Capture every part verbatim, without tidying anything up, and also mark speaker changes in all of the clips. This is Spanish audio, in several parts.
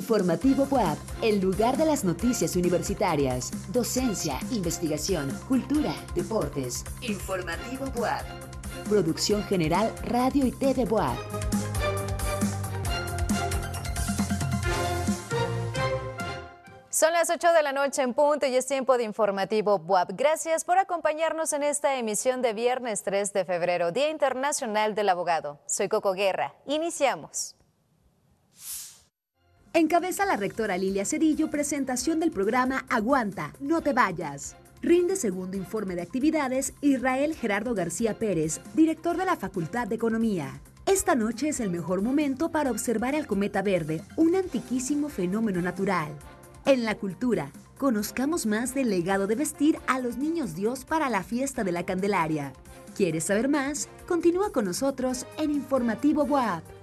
Speaker 1: Informativo B U A P, el lugar de las noticias universitarias, docencia, investigación, cultura, deportes. Informativo B U A P. Producción general Radio y T V B U A P.
Speaker 2: Son las ocho de la noche en punto y es tiempo de Informativo B U A P. Gracias por acompañarnos en esta emisión de viernes tres de febrero, Día Internacional del Abogado. Soy Coco Guerra. Iniciamos.
Speaker 1: Encabeza la rectora Lilia Cedillo presentación del programa Aguanta, no te vayas. Rinde segundo informe de actividades Israel Gerardo García Pérez, director de la Facultad de Economía. Esta noche es el mejor momento para observar al cometa verde, un antiquísimo fenómeno natural. En la cultura, conozcamos más del legado de vestir a los niños Dios para la fiesta de la Candelaria. ¿Quieres saber más? Continúa con nosotros en Informativo B U A P.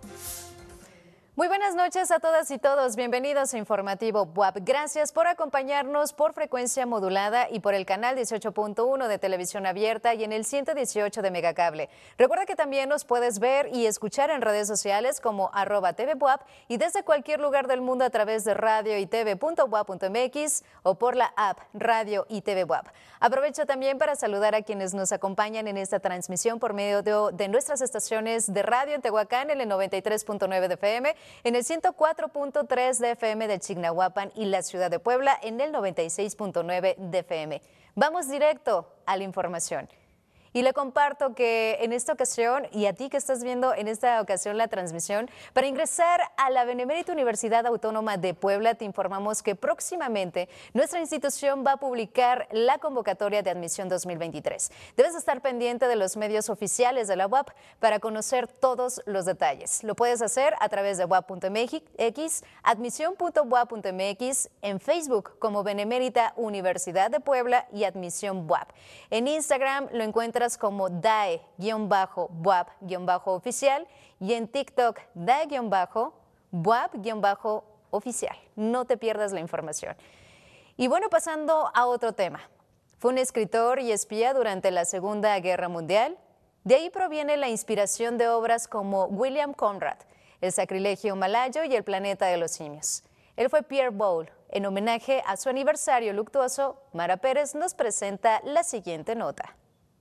Speaker 2: Muy buenas noches a todas y todos. Bienvenidos a Informativo B U A P. Gracias por acompañarnos por frecuencia modulada y por el canal dieciocho punto uno de televisión abierta y en el ciento dieciocho de Megacable. Recuerda que también nos puedes ver y escuchar en redes sociales como arroba T V B U A P y desde cualquier lugar del mundo a través de radio y tv punto b u a p punto m x o por la app Radio y T V B U A P. Aprovecho también para saludar a quienes nos acompañan en esta transmisión por medio de, de nuestras estaciones de radio en Tehuacán en el noventa y tres punto nueve de F M, en el ciento cuatro punto tres de F M de Chignahuapan y la ciudad de Puebla en el noventa y seis punto nueve de F M. Vamos directo a la información. Y le comparto que en esta ocasión, y a ti que estás viendo en esta ocasión la transmisión, para ingresar a la Benemérita Universidad Autónoma de Puebla, te informamos que próximamente nuestra institución va a publicar la convocatoria de admisión dos mil veintitrés. Debes estar pendiente de los medios oficiales de la U A P para conocer todos los detalles. Lo puedes hacer a través de U A P punto M X, admisión punto b u a p punto m x, en Facebook como Benemérita Universidad de Puebla y Admisión B U A P. En Instagram lo encuentras como D A E-B U A P-oficial y en TikTok D A E-B U A P-oficial. No te pierdas la información. Y bueno, pasando a otro tema. Fue un escritor y espía durante la Segunda Guerra Mundial. De ahí proviene la inspiración de obras como William Conrad, El sacrilegio malayo y El planeta de los simios. Él fue Pierre Boulle. En homenaje a su aniversario luctuoso, Mara Pérez nos presenta la siguiente nota.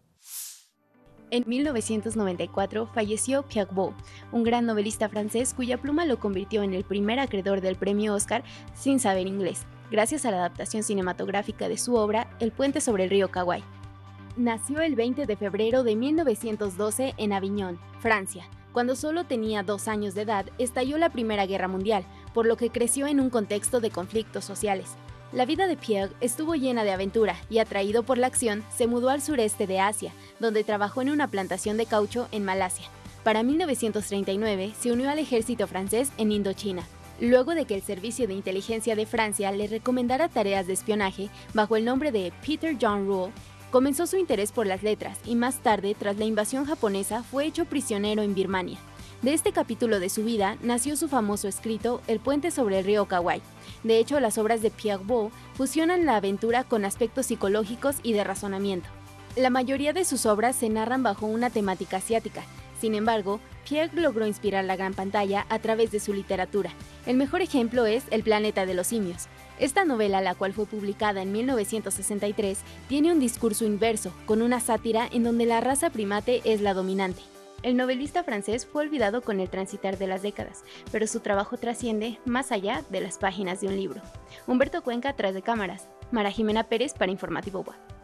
Speaker 3: En mil novecientos noventa y cuatro falleció Pierre Boulle, un gran novelista francés cuya pluma lo convirtió en el primer acreedor del premio Oscar sin saber inglés, gracias a la adaptación cinematográfica de su obra El puente sobre el río Kawaii. Nació el veinte de febrero de mil novecientos doce en Aviñón, Francia. Cuando solo tenía dos años de edad, estalló la Primera Guerra Mundial, por lo que creció en un contexto de conflictos sociales. La vida de Pierre estuvo llena de aventura y, atraído por la acción, se mudó al sureste de Asia, donde trabajó en una plantación de caucho en Malasia. Para mil novecientos treinta y nueve se unió al ejército francés en Indochina. Luego de que el Servicio de Inteligencia de Francia le recomendara tareas de espionaje bajo el nombre de Peter John Rule, comenzó su interés por las letras y más tarde, tras la invasión japonesa, fue hecho prisionero en Birmania. De este capítulo de su vida nació su famoso escrito El puente sobre el río Kawaii. De hecho, las obras de Pierre Boulle fusionan la aventura con aspectos psicológicos y de razonamiento. La mayoría de sus obras se narran bajo una temática asiática. Sin embargo, Pierre logró inspirar la gran pantalla a través de su literatura. El mejor ejemplo es El planeta de los simios. Esta novela, la cual fue publicada en mil novecientos sesenta y tres, tiene un discurso inverso, con una sátira en donde la raza primate es la dominante. El novelista francés fue olvidado con el transitar de las décadas, pero su trabajo trasciende más allá de las páginas de un libro. Humberto Cuenca, tras de cámaras. Mara Jimena Pérez para Informativo B U A P.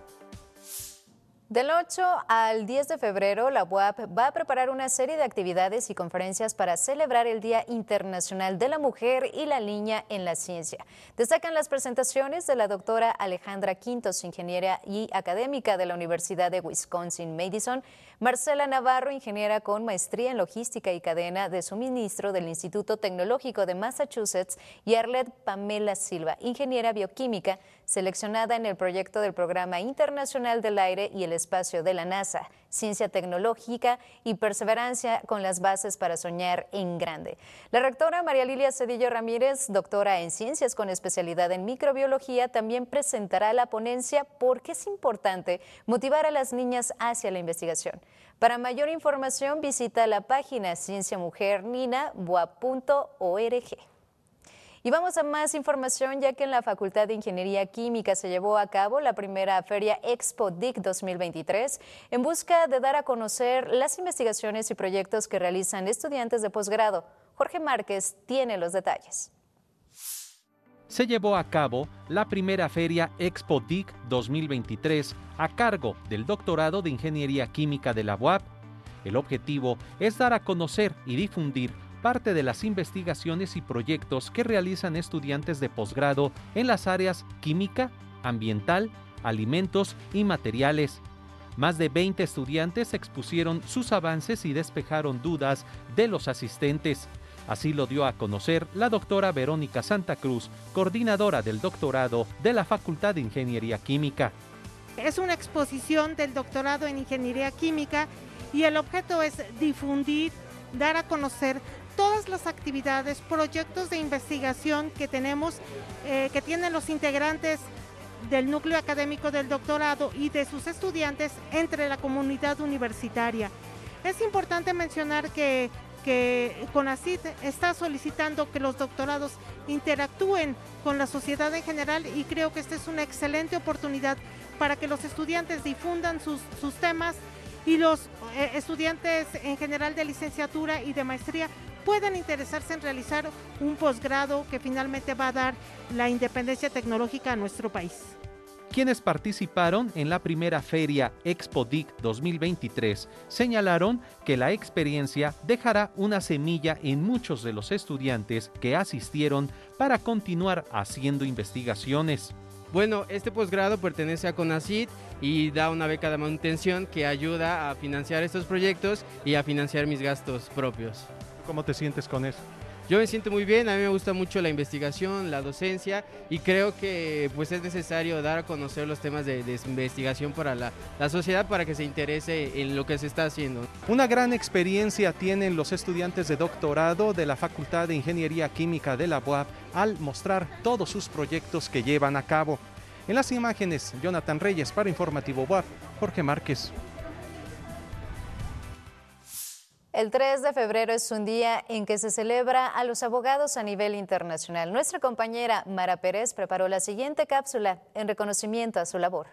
Speaker 2: Del ocho al diez de febrero, la U A P va a preparar una serie de actividades y conferencias para celebrar el Día Internacional de la Mujer y la Niña en la Ciencia. Destacan las presentaciones de la doctora Alejandra Quintos, ingeniera y académica de la Universidad de Wisconsin-Madison, Marcela Navarro, ingeniera con maestría en logística y cadena de suministro del Instituto Tecnológico de Massachusetts, y Arlette Pamela Silva, ingeniera bioquímica, seleccionada en el proyecto del Programa Internacional del Aire y el Espacio de la NASA, Ciencia Tecnológica y Perseverancia con las bases para soñar en grande. La rectora María Lilia Cedillo Ramírez, doctora en Ciencias con especialidad en Microbiología, también presentará la ponencia ¿Por qué es importante motivar a las niñas hacia la investigación? Para mayor información, visita la página ciencia mujer nina b u a p punto org. Y vamos a más información, ya que en la Facultad de Ingeniería Química se llevó a cabo la primera feria Expo D I C dos mil veintitrés en busca de dar a conocer las investigaciones y proyectos que realizan estudiantes de posgrado. Jorge Márquez tiene los detalles.
Speaker 4: Se llevó a cabo la primera feria Expo D I C dos mil veintitrés a cargo del Doctorado de Ingeniería Química de la U A P. El objetivo es dar a conocer y difundir parte de las investigaciones y proyectos que realizan estudiantes de posgrado en las áreas química, ambiental, alimentos y materiales. Más de veinte estudiantes expusieron sus avances y despejaron dudas de los asistentes. Así lo dio a conocer la doctora Verónica Santa Cruz, coordinadora del doctorado de la Facultad de Ingeniería Química.
Speaker 5: Es una exposición del doctorado en Ingeniería Química y el objeto es difundir, dar a conocer todas las actividades, proyectos de investigación que tenemos, eh, que tienen los integrantes del núcleo académico del doctorado y de sus estudiantes entre la comunidad universitaria. Es importante mencionar que, que CONACYT está solicitando que los doctorados interactúen con la sociedad en general y creo que esta es una excelente oportunidad para que los estudiantes difundan sus, sus temas y los eh, estudiantes en general de licenciatura y de maestría puedan interesarse en realizar un posgrado que finalmente va a dar la independencia tecnológica a nuestro país.
Speaker 4: Quienes participaron en la primera feria Expo D I C dos mil veintitrés señalaron que la experiencia dejará una semilla en muchos de los estudiantes que asistieron para continuar haciendo investigaciones.
Speaker 6: Bueno, este posgrado pertenece a CONACYT y da una beca de manutención que ayuda a financiar estos proyectos y a financiar mis gastos propios.
Speaker 4: ¿Cómo te sientes con eso?
Speaker 6: Yo me siento muy bien, a mí me gusta mucho la investigación, la docencia y creo que pues, es necesario dar a conocer los temas de, de investigación para la, la sociedad para que se interese en lo que se está haciendo.
Speaker 4: Una gran experiencia tienen los estudiantes de doctorado de la Facultad de Ingeniería Química de la U A P al mostrar todos sus proyectos que llevan a cabo. En las imágenes, Jonathan Reyes para Informativo U A P, Jorge Márquez.
Speaker 2: El tres de febrero es un día en que se celebra a los abogados a nivel internacional. Nuestra compañera Mara Pérez preparó la siguiente cápsula en reconocimiento a su labor.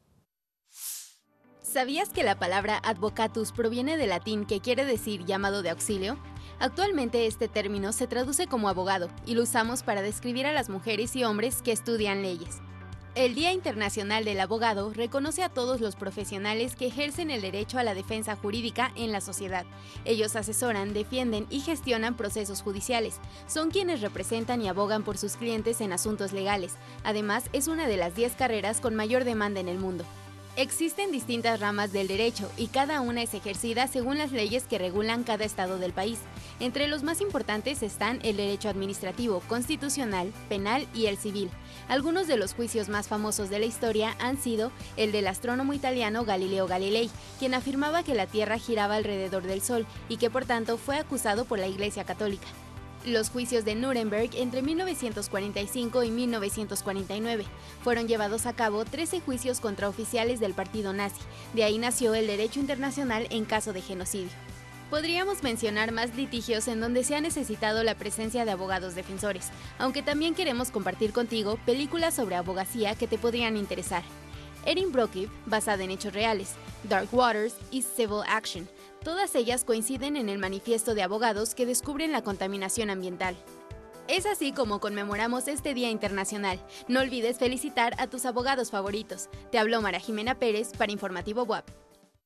Speaker 3: ¿Sabías que la palabra advocatus proviene del latín que quiere decir llamado de auxilio? Actualmente este término se traduce como abogado y lo usamos para describir a las mujeres y hombres que estudian leyes. El Día Internacional del Abogado reconoce a todos los profesionales que ejercen el derecho a la defensa jurídica en la sociedad. Ellos asesoran, defienden y gestionan procesos judiciales. Son quienes representan y abogan por sus clientes en asuntos legales. Además, es una de las diez carreras con mayor demanda en el mundo. Existen distintas ramas del derecho y cada una es ejercida según las leyes que regulan cada estado del país. Entre los más importantes están el derecho administrativo, constitucional, penal y el civil. Algunos de los juicios más famosos de la historia han sido el del astrónomo italiano Galileo Galilei, quien afirmaba que la Tierra giraba alrededor del Sol y que por tanto fue acusado por la Iglesia Católica. Los juicios de Nuremberg entre mil novecientos cuarenta y cinco y mil novecientos cuarenta y nueve. Fueron llevados a cabo trece juicios contra oficiales del partido nazi. De ahí nació el derecho internacional en caso de genocidio. Podríamos mencionar más litigios en donde se ha necesitado la presencia de abogados defensores, aunque también queremos compartir contigo películas sobre abogacía que te podrían interesar. Erin Brockovich, basada en hechos reales, Dark Waters y Civil Action. Todas ellas coinciden en el manifiesto de abogados que descubren la contaminación ambiental. Es así como conmemoramos este Día Internacional. No olvides felicitar a tus abogados favoritos. Te habló Mara Jimena Pérez para Informativo W A P.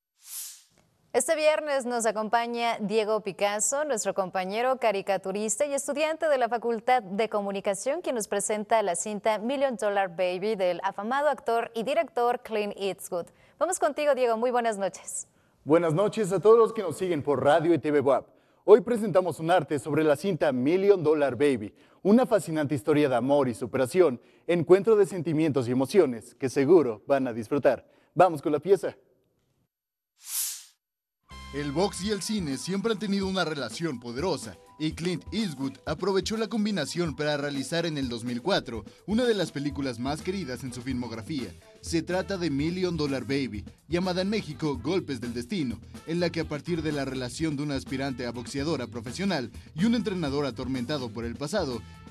Speaker 2: Este viernes nos acompaña Diego Picasso, nuestro compañero caricaturista y estudiante de la Facultad de Comunicación, quien nos presenta la cinta Million Dollar Baby del afamado actor y director Clint Eastwood. Vamos contigo, Diego. Muy buenas noches.
Speaker 7: Buenas noches a todos los que nos siguen por radio y T V W A P. Hoy presentamos un arte sobre la cinta Million Dollar Baby, una fascinante historia de amor y superación, encuentro de sentimientos y emociones que seguro van a disfrutar. Vamos con la pieza.
Speaker 8: El box y el cine siempre han tenido una relación poderosa y Clint Eastwood aprovechó la combinación para realizar en el dos mil cuatro una de las películas más queridas en su filmografía. Se trata de Million Dollar Baby, llamada en México Golpes del Destino, en la que a partir de la relación de una aspirante a boxeadora profesional y un entrenador atormentado por el pasado,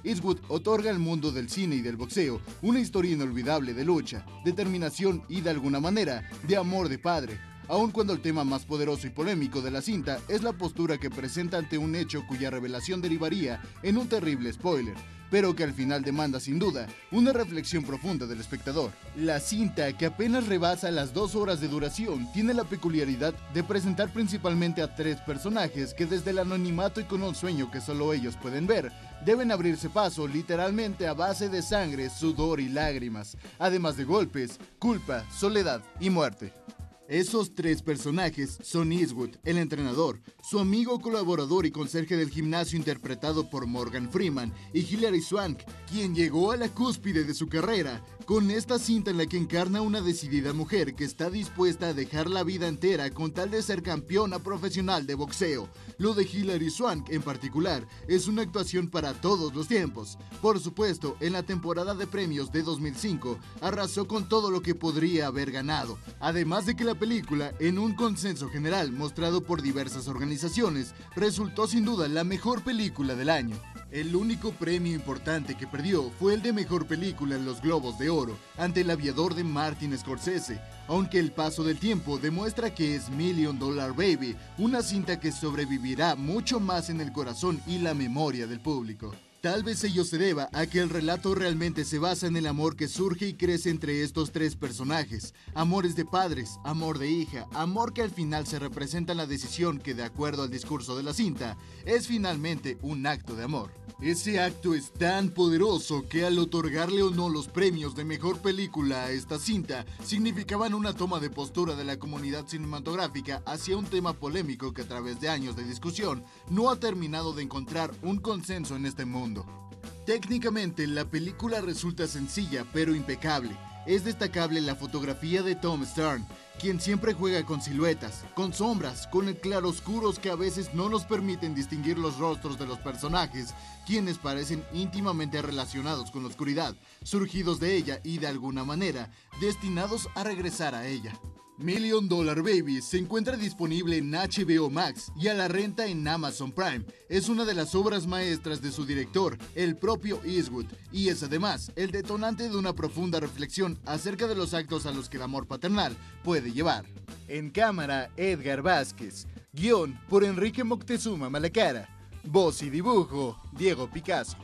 Speaker 8: Eastwood otorga al mundo del cine y del boxeo una historia inolvidable de lucha, determinación y, de alguna manera, de amor de padre, aun cuando el tema más poderoso y polémico de la cinta es la postura que presenta ante un hecho cuya revelación derivaría en un terrible spoiler, pero que al final demanda sin duda una reflexión profunda del espectador. La cinta, que apenas rebasa las dos horas de duración, tiene la peculiaridad de presentar principalmente a tres personajes que desde el anonimato y con un sueño que solo ellos pueden ver, deben abrirse paso literalmente a base de sangre, sudor y lágrimas, además de golpes, culpa, soledad y muerte. Esos tres personajes son Eastwood, el entrenador, su amigo colaborador y conserje del gimnasio interpretado por Morgan Freeman, y Hilary Swank, quien llegó a la cúspide de su carrera con esta cinta en la que encarna una decidida mujer que está dispuesta a dejar la vida entera con tal de ser campeona profesional de boxeo. Lo de Hilary Swank en particular es una actuación para todos los tiempos. Por supuesto, en la temporada de premios de dos mil cinco arrasó con todo lo que podría haber ganado, además de que la película, en un consenso general mostrado por diversas organizaciones, resultó sin duda la mejor película del año. El único premio importante que perdió fue el de mejor película en los Globos de Oro, ante El Aviador de Martin Scorsese, aunque el paso del tiempo demuestra que es Million Dollar Baby, una cinta que sobrevivirá mucho más en el corazón y la memoria del público. Tal vez ello se deba a que el relato realmente se basa en el amor que surge y crece entre estos tres personajes. Amores de padres, amor de hija, amor que al final se representa en la decisión que, de acuerdo al discurso de la cinta, es finalmente un acto de amor. Ese acto es tan poderoso que al otorgarle o no los premios de mejor película a esta cinta, significaban una toma de postura de la comunidad cinematográfica hacia un tema polémico que a través de años de discusión no ha terminado de encontrar un consenso en este mundo. Técnicamente, la película resulta sencilla pero impecable. Es destacable la fotografía de Tom Stern, quien siempre juega con siluetas, con sombras, con el claroscuros que a veces no nos permiten distinguir los rostros de los personajes, quienes parecen íntimamente relacionados con la oscuridad, surgidos de ella y de alguna manera destinados a regresar a ella. Million Dollar Baby se encuentra disponible en H B O Max y a la renta en Amazon Prime. Es una de las obras maestras de su director, el propio Eastwood, y es además el detonante de una profunda reflexión acerca de los actos a los que el amor paternal puede llevar. En cámara, Edgar Vázquez. Guión por Enrique Moctezuma Malacara. Voz y dibujo, Diego Picasso.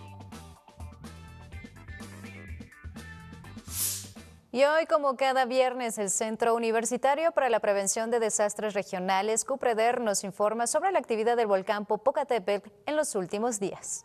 Speaker 2: Y hoy, como cada viernes, el Centro Universitario para la Prevención de Desastres Regionales, CUPREDER, nos informa sobre la actividad del volcán Popocatépetl en los últimos días.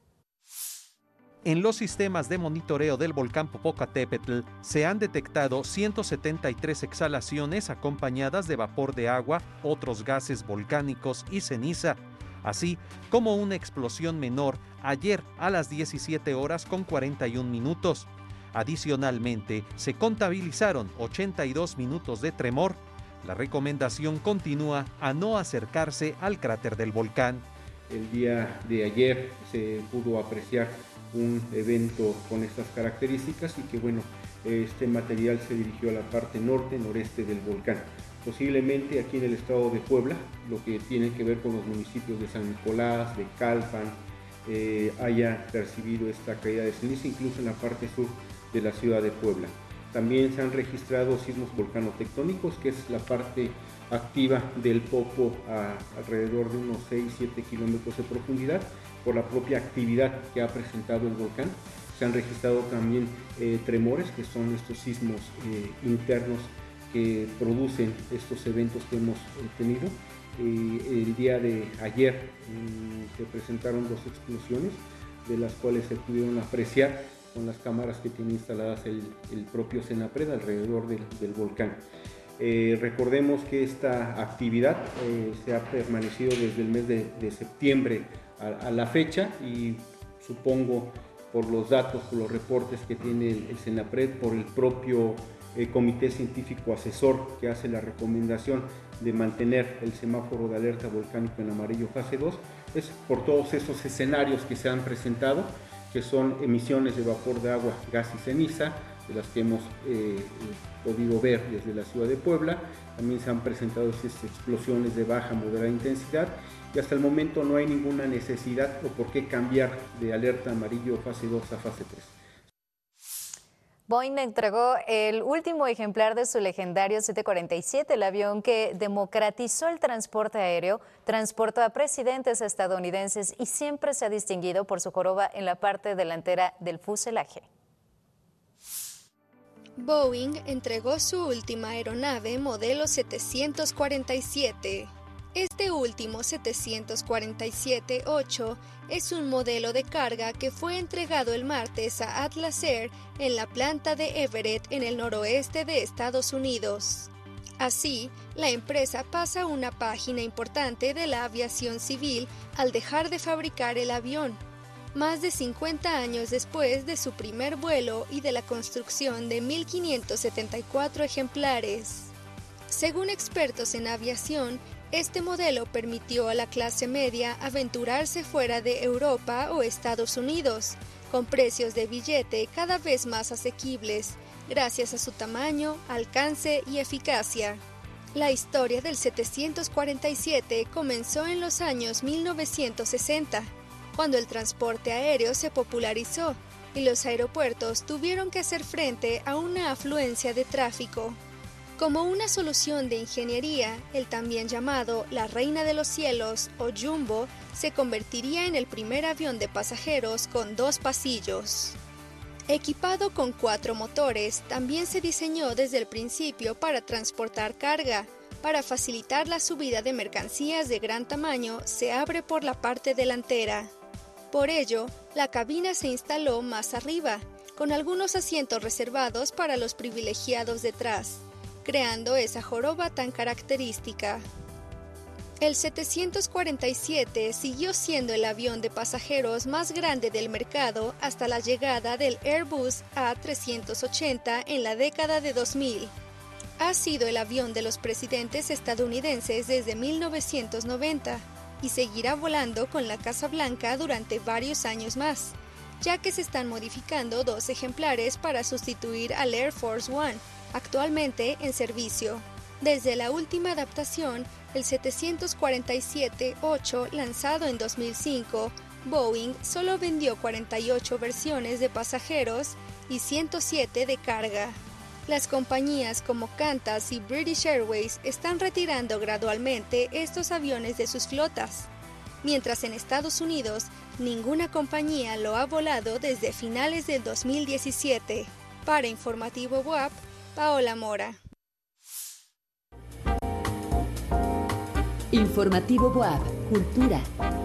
Speaker 4: En los sistemas de monitoreo del volcán Popocatépetl se han detectado ciento setenta y tres exhalaciones acompañadas de vapor de agua, otros gases volcánicos y ceniza, así como una explosión menor ayer a las diecisiete horas con cuarenta y un minutos. Adicionalmente, se contabilizaron ochenta y dos minutos de tremor. La recomendación continúa a no acercarse al cráter del volcán.
Speaker 9: El día de ayer se pudo apreciar un evento con estas características y que bueno, este material se dirigió a la parte norte, noreste del volcán. Posiblemente aquí en el estado de Puebla, lo que tiene que ver con los municipios de San Nicolás, de Calpan, eh, haya percibido esta caída de ceniza, incluso en la parte sur de la ciudad de Puebla. También se han registrado sismos volcanotectónicos, que es la parte activa del Popo a alrededor de unos seis a siete kilómetros de profundidad, por la propia actividad que ha presentado el volcán. Se han registrado también eh, tremores, que son estos sismos eh, internos que producen estos eventos que hemos eh, tenido. Eh, el día de ayer eh, se presentaron dos explosiones, de las cuales se pudieron apreciar con las cámaras que tiene instaladas el, el propio CENAPRED alrededor del, del volcán. Eh, recordemos que esta actividad eh, se ha permanecido desde el mes de, de septiembre a, a la fecha, y supongo por los datos, por los reportes que tiene el, el CENAPRED, por el propio eh, Comité Científico Asesor que hace la recomendación de mantener el semáforo de alerta volcánico en amarillo fase dos, es por todos esos escenarios que se han presentado, que son emisiones de vapor de agua, gas y ceniza, de las que hemos eh, podido ver desde la ciudad de Puebla. También se han presentado estas explosiones de baja a moderada intensidad y hasta el momento no hay ninguna necesidad o por qué cambiar de alerta amarillo fase dos a fase tres.
Speaker 2: Boeing entregó el último ejemplar de su legendario siete cuarenta y siete, el avión que democratizó el transporte aéreo, transportó a presidentes estadounidenses y siempre se ha distinguido por su joroba en la parte delantera del fuselaje.
Speaker 10: Boeing entregó su última aeronave modelo setecientos cuarenta y siete. Este último setecientos cuarenta y siete ocho es un modelo de carga que fue entregado el martes a Atlas Air en la planta de Everett en el noroeste de Estados Unidos. Así, la empresa pasa una página importante de la aviación civil al dejar de fabricar el avión, más de cincuenta años después de su primer vuelo y de la construcción de mil quinientos setenta y cuatro ejemplares. Según expertos en aviación, este modelo permitió a la clase media aventurarse fuera de Europa o Estados Unidos, con precios de billete cada vez más asequibles, gracias a su tamaño, alcance y eficacia. La historia del setecientos cuarenta y siete comenzó en los años mil novecientos sesenta, cuando el transporte aéreo se popularizó y los aeropuertos tuvieron que hacer frente a una afluencia de tráfico. Como una solución de ingeniería, el también llamado la Reina de los Cielos o Jumbo se convertiría en el primer avión de pasajeros con dos pasillos. Equipado con cuatro motores, también se diseñó desde el principio para transportar carga. Para facilitar la subida de mercancías de gran tamaño, se abre por la parte delantera. Por ello, la cabina se instaló más arriba, con algunos asientos reservados para los privilegiados detrás, creando esa joroba tan característica. El setecientos cuarenta y siete siguió siendo el avión de pasajeros más grande del mercado hasta la llegada del Airbus A trescientos ochenta en la década de dos mil. Ha sido el avión de los presidentes estadounidenses desde mil novecientos noventa y seguirá volando con la Casa Blanca durante varios años más, ya que se están modificando dos ejemplares para sustituir al Air Force One, actualmente en servicio. Desde la última adaptación, el setecientos cuarenta y siete ocho, lanzado en dos mil cinco, Boeing solo vendió cuarenta y ocho versiones de pasajeros y ciento siete de carga. Las compañías como Qantas y British Airways están retirando gradualmente estos aviones de sus flotas, mientras en Estados Unidos ninguna compañía lo ha volado desde finales del dos mil diecisiete. Para Informativo W A P, Paola Mora.
Speaker 1: Informativo W A P, Cultura.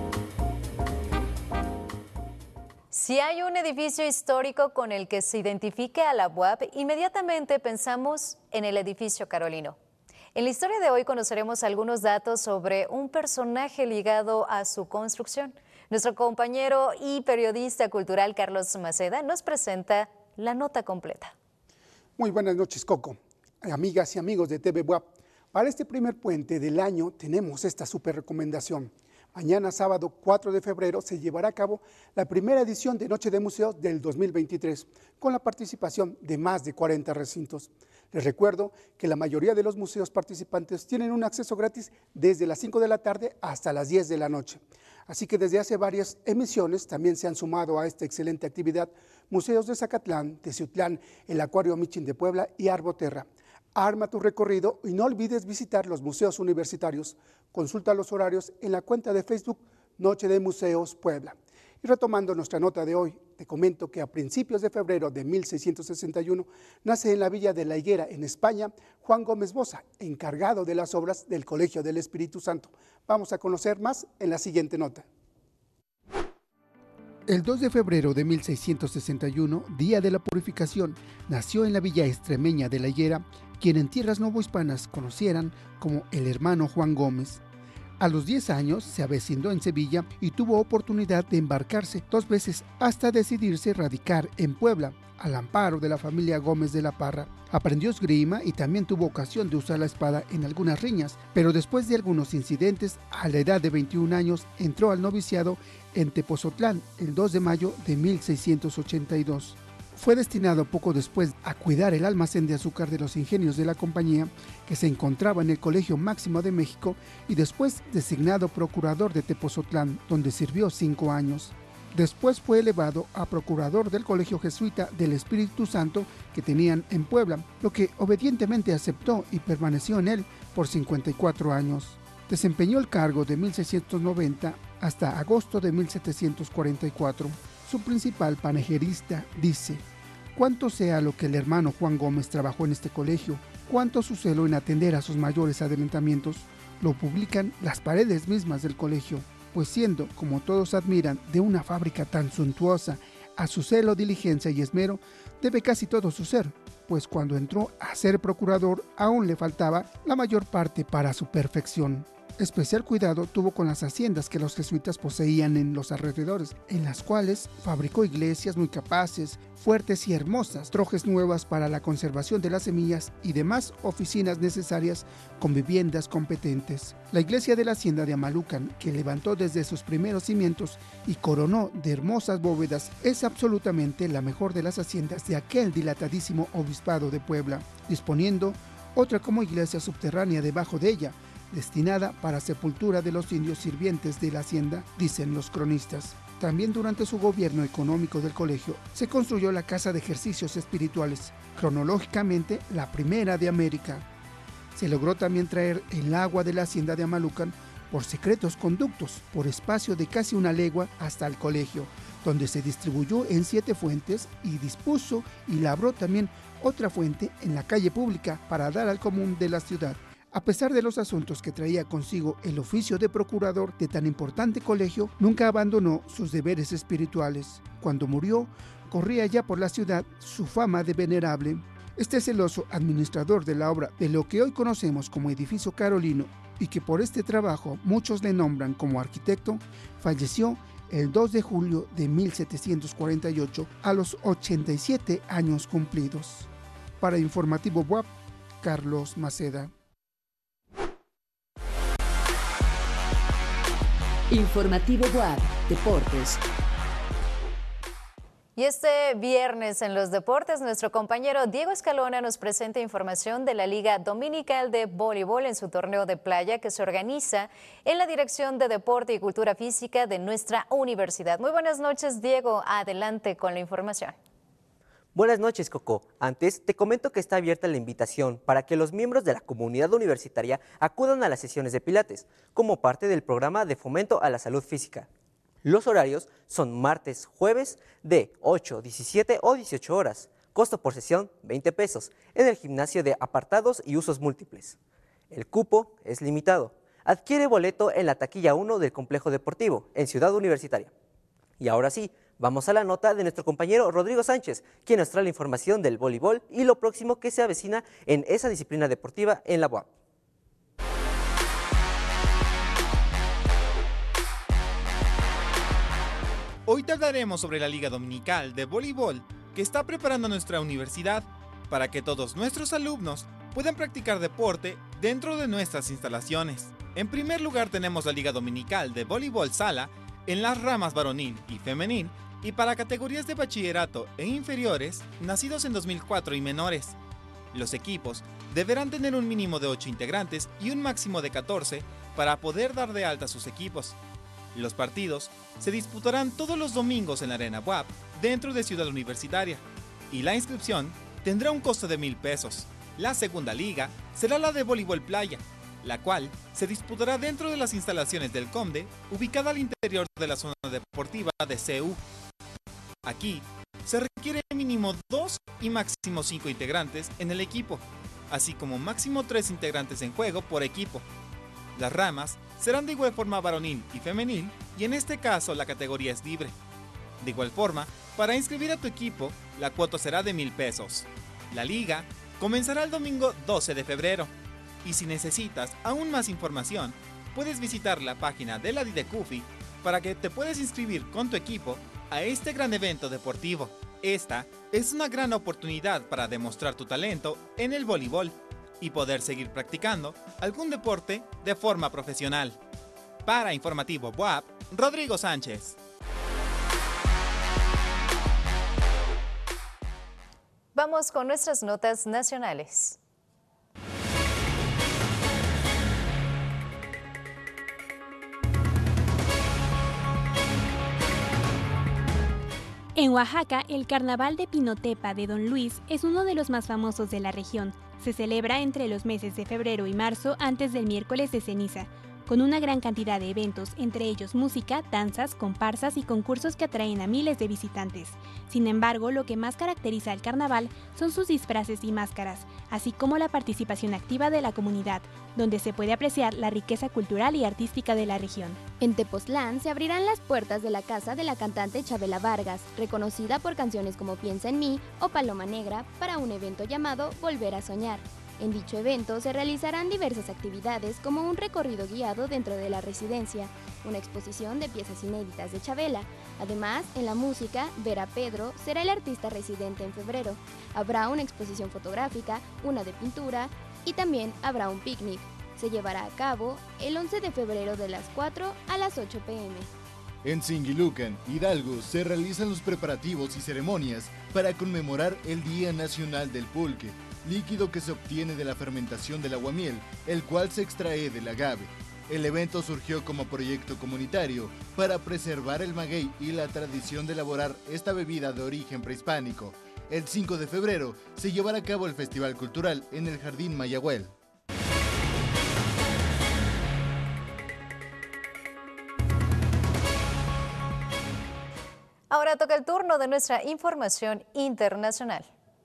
Speaker 2: Si hay un edificio histórico con el que se identifique a la U A P, inmediatamente pensamos en el edificio Carolino. En la historia de hoy conoceremos algunos datos sobre un personaje ligado a su construcción. Nuestro compañero y periodista cultural Carlos Maceda nos presenta la nota completa.
Speaker 11: Muy buenas noches, Coco. Amigas y amigos de T V W A P, para este primer puente del año tenemos esta súper recomendación. Mañana, sábado cuatro de febrero, se llevará a cabo la primera edición de Noche de Museos del dos mil veintitrés, con la participación de más de cuarenta recintos. Les recuerdo que la mayoría de los museos participantes tienen un acceso gratis desde las cinco de la tarde hasta las diez de la noche. Así que desde hace varias emisiones también se han sumado a esta excelente actividad museos de Zacatlán, Teciutlán, el Acuario Michin de Puebla y Arboterra. Arma tu recorrido y no olvides visitar los museos universitarios. Consulta los horarios en la cuenta de Facebook Noche de Museos Puebla. Y retomando nuestra nota de hoy, te comento que a principios de febrero de mil seiscientos sesenta y uno nace en la villa de La Higuera, en España, Juan Gómez Boza, encargado de las obras del Colegio del Espíritu Santo. Vamos a conocer más en la siguiente nota. El dos de febrero de mil seiscientos sesenta y uno, día de la purificación, nació en la villa extremeña de La Higuera, quien en tierras novohispanas conocieran como el hermano Juan Gómez. A los diez años se avecindó en Sevilla y tuvo oportunidad de embarcarse dos veces hasta decidirse radicar en Puebla, al amparo de la familia Gómez de la Parra. Aprendió esgrima y también tuvo ocasión de usar la espada en algunas riñas, pero después de algunos incidentes, a la edad de veintiún años, entró al noviciado en Tepozotlán el dos de mayo de mil seiscientos ochenta y dos. Fue destinado poco después a cuidar el almacén de azúcar de los ingenios de la compañía, que se encontraba en el Colegio Máximo de México, y después designado procurador de Tepozotlán, donde sirvió cinco años. Después fue elevado a procurador del Colegio Jesuita del Espíritu Santo que tenían en Puebla, lo que obedientemente aceptó y permaneció en él por cincuenta y cuatro años. Desempeñó el cargo de mil seiscientos noventa hasta agosto de mil setecientos cuarenta y cuatro. Su principal panegirista dice: «Cuánto sea lo que el hermano Juan Gómez trabajó en este colegio, cuánto su celo en atender a sus mayores adelantamientos, lo publican las paredes mismas del colegio, pues siendo, como todos admiran, de una fábrica tan suntuosa, a su celo, diligencia y esmero debe casi todo su ser, pues cuando entró a ser procurador aún le faltaba la mayor parte para su perfección». Especial cuidado tuvo con las haciendas que los jesuitas poseían en los alrededores, en las cuales fabricó iglesias muy capaces, fuertes y hermosas, trojes nuevas para la conservación de las semillas y demás oficinas necesarias con viviendas competentes. La iglesia de la hacienda de Amalucan, que levantó desde sus primeros cimientos y coronó de hermosas bóvedas, es absolutamente la mejor de las haciendas de aquel dilatadísimo obispado de Puebla, disponiendo otra como iglesia subterránea debajo de ella, destinada para sepultura de los indios sirvientes de la hacienda, dicen los cronistas. También durante su gobierno económico del colegio se construyó la Casa de Ejercicios Espirituales, cronológicamente la primera de América. Se logró también traer el agua de la hacienda de Amalucan por secretos conductos, por espacio de casi una legua hasta el colegio, donde se distribuyó en siete fuentes y dispuso y labró también otra fuente en la calle pública para dar al común de la ciudad. A pesar de los asuntos que traía consigo el oficio de procurador de tan importante colegio, nunca abandonó sus deberes espirituales. Cuando murió, corría ya por la ciudad su fama de venerable. Este celoso administrador de la obra de lo que hoy conocemos como Edificio Carolino, y que por este trabajo muchos le nombran como arquitecto, falleció el dos de julio de mil setecientos cuarenta y ocho a los ochenta y siete años cumplidos. Para Informativo B U A P, Carlos Maceda.
Speaker 1: Informativo B U A P Deportes.
Speaker 2: Y este viernes en los deportes, nuestro compañero Diego Escalona nos presenta información de la Liga Dominical de Voleibol en su torneo de playa que se organiza en la Dirección de Deporte y Cultura Física de nuestra universidad. Muy buenas noches, Diego. Adelante con la información.
Speaker 12: Buenas noches, Coco. Antes, te comento que está abierta la invitación para que los miembros de la comunidad universitaria acudan a las sesiones de Pilates, como parte del programa de fomento a la salud física. Los horarios son martes, jueves de ocho, diecisiete o dieciocho horas. Costo por sesión, veinte pesos, en el gimnasio de apartados y usos múltiples. El cupo es limitado. Adquiere boleto en la taquilla uno del complejo deportivo, en Ciudad Universitaria. Y ahora sí, vamos a la nota de nuestro compañero Rodrigo Sánchez, quien nos trae la información del voleibol y lo próximo que se avecina en esa disciplina deportiva en la B U A P.
Speaker 13: Hoy te hablaremos sobre la Liga Dominical de Voleibol que está preparando nuestra universidad para que todos nuestros alumnos puedan practicar deporte dentro de nuestras instalaciones. En primer lugar tenemos la Liga Dominical de Voleibol Sala en las ramas varonil y femenil y para categorías de bachillerato e inferiores nacidos en dos mil cuatro y menores. Los equipos deberán tener un mínimo de ocho integrantes y un máximo de catorce para poder dar de alta sus equipos. Los partidos se disputarán todos los domingos en la Arena B U A P dentro de Ciudad Universitaria y la inscripción tendrá un costo de mil pesos. La segunda liga será la de voleibol playa, la cual se disputará dentro de las instalaciones del COMDE, ubicada al interior de la zona deportiva de C U. Aquí se requiere mínimo dos y máximo cinco integrantes en el equipo, así como máximo tres integrantes en juego por equipo. Las ramas serán de igual forma varonil y femenil y en este caso la categoría es libre. De igual forma, para inscribir a tu equipo, la cuota será de mil pesos. La liga comenzará el domingo doce de febrero y si necesitas aún más información, puedes visitar la página de la Didecufi para que te puedas inscribir con tu equipo a este gran evento deportivo. Esta es una gran oportunidad para demostrar tu talento en el voleibol y poder seguir practicando algún deporte de forma profesional. Para Informativo B U A P, Rodrigo Sánchez.
Speaker 2: Vamos con nuestras notas nacionales.
Speaker 14: En Oaxaca, el Carnaval de Pinotepa de Don Luis es uno de los más famosos de la región. Se celebra entre los meses de febrero y marzo antes del miércoles de ceniza, con una gran cantidad de eventos, entre ellos música, danzas, comparsas y concursos que atraen a miles de visitantes. Sin embargo, lo que más caracteriza al carnaval son sus disfraces y máscaras, así como la participación activa de la comunidad, donde se puede apreciar la riqueza cultural y artística de la región.
Speaker 3: En Tepoztlán se abrirán las puertas de la casa de la cantante Chabela Vargas, reconocida por canciones como Piensa en mí o Paloma Negra, para un evento llamado Volver a Soñar. En dicho evento se realizarán diversas actividades como un recorrido guiado dentro de la residencia, una exposición de piezas inéditas de Chabela. Además, en la música, Vera Pedro será el artista residente en febrero. Habrá una exposición fotográfica, una de pintura y también habrá un picnic. Se llevará a cabo el once de febrero de las cuatro a las ocho pe eme.
Speaker 8: En Singilucan, Hidalgo, se realizan los preparativos y ceremonias para conmemorar el Día Nacional del Pulque, líquido que se obtiene de la fermentación del aguamiel, el cual se extrae del agave. El evento surgió como proyecto comunitario para preservar el maguey y la tradición de elaborar esta bebida de origen prehispánico. El cinco de febrero se llevará a cabo el Festival Cultural en el Jardín Mayagüel.
Speaker 2: Ahora toca el turno de nuestra información internacional.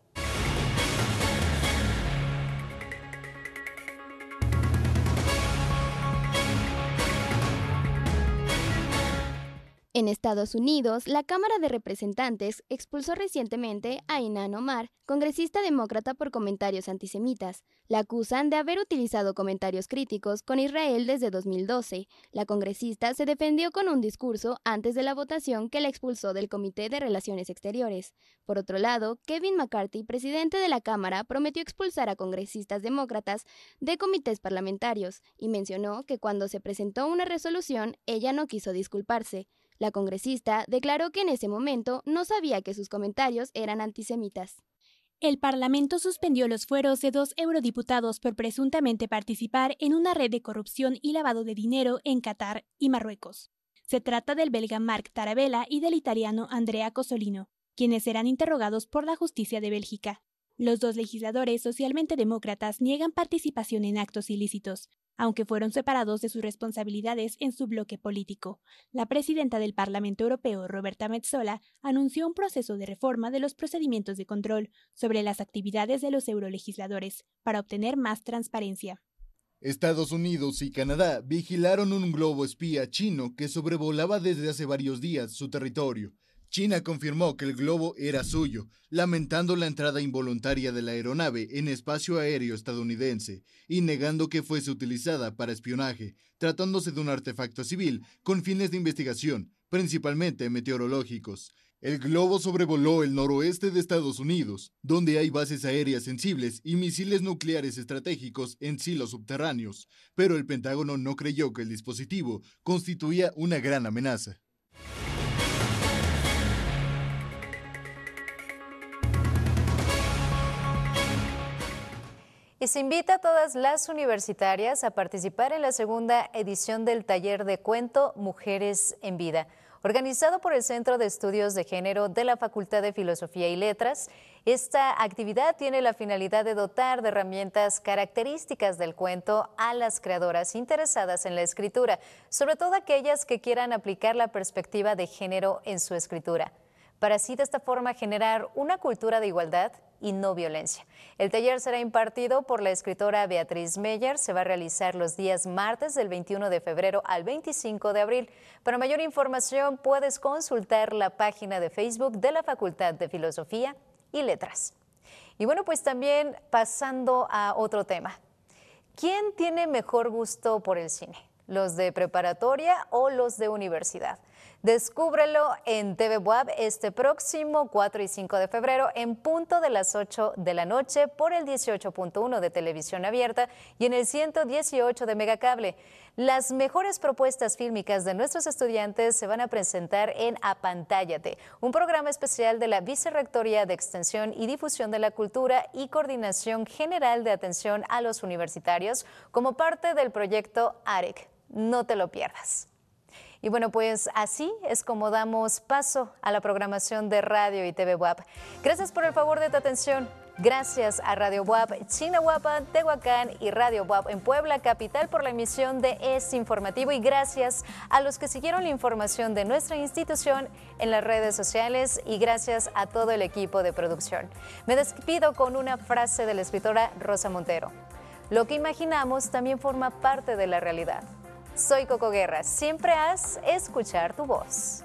Speaker 3: En Estados Unidos, la Cámara de Representantes expulsó recientemente a Ilhan Omar, congresista demócrata, por comentarios antisemitas. La acusan de haber utilizado comentarios críticos con Israel desde dos mil doce. La congresista se defendió con un discurso antes de la votación que la expulsó del Comité de Relaciones Exteriores. Por otro lado, Kevin McCarthy, presidente de la Cámara, prometió expulsar a congresistas demócratas de comités parlamentarios y mencionó que cuando se presentó una resolución, ella no quiso disculparse. La congresista declaró que en ese momento no sabía que sus comentarios eran antisemitas.
Speaker 14: El Parlamento suspendió los fueros de dos eurodiputados por presuntamente participar en una red de corrupción y lavado de dinero en Qatar y Marruecos. Se trata del belga Marc Tarabella y del italiano Andrea Cozzolino, quienes serán interrogados por la justicia de Bélgica. Los dos legisladores socialmente demócratas niegan participación en actos ilícitos, aunque fueron separados de sus responsabilidades en su bloque político. La presidenta del Parlamento Europeo, Roberta Metsola, anunció un proceso de reforma de los procedimientos de control sobre las actividades de los eurolegisladores para obtener más transparencia.
Speaker 8: Estados Unidos y Canadá vigilaron un globo espía chino que sobrevolaba desde hace varios días su territorio. China confirmó que el globo era suyo, lamentando la entrada involuntaria de la aeronave en espacio aéreo estadounidense y negando que fuese utilizada para espionaje, tratándose de un artefacto civil con fines de investigación, principalmente meteorológicos. El globo sobrevoló el noroeste de Estados Unidos, donde hay bases aéreas sensibles y misiles nucleares estratégicos en silos subterráneos, pero el Pentágono no creyó que el dispositivo constituía una gran amenaza.
Speaker 2: Y se invita a todas las universitarias a participar en la segunda edición del taller de cuento Mujeres en Vida, organizado por el Centro de Estudios de Género de la Facultad de Filosofía y Letras. Esta actividad tiene la finalidad de dotar de herramientas características del cuento a las creadoras interesadas en la escritura, sobre todo aquellas que quieran aplicar la perspectiva de género en su escritura, para así de esta forma generar una cultura de igualdad y no violencia. El taller será impartido por la escritora Beatriz Meyer. Se va a realizar los días martes del veintiuno de febrero al veinticinco de abril. Para mayor información puedes consultar la página de Facebook de la Facultad de Filosofía y Letras. Y bueno, pues también pasando a otro tema. ¿Quién tiene mejor gusto por el cine? ¿Los de preparatoria o los de universidad? Descúbrelo en T V Buap este próximo cuatro y cinco de febrero en punto de las ocho de la noche por el dieciocho punto uno de Televisión Abierta y en el ciento dieciocho de Megacable. Las mejores propuestas fílmicas de nuestros estudiantes se van a presentar en Apantállate, un programa especial de la Vicerrectoría de Extensión y Difusión de la Cultura y Coordinación General de Atención a los Universitarios como parte del proyecto A R E C. No te lo pierdas. Y bueno, pues así es como damos paso a la programación de Radio y T V Buap. Gracias por el favor de tu atención. Gracias a Radio Buap, Chinahuapan, Tehuacán y Radio Buap en Puebla, capital, por la emisión de este informativo. Y gracias a los que siguieron la información de nuestra institución en las redes sociales y gracias a todo el equipo de producción. Me despido con una frase de la escritora Rosa Montero. Lo que imaginamos también forma parte de la realidad. Soy Coco Guerra, siempre haz escuchar tu voz.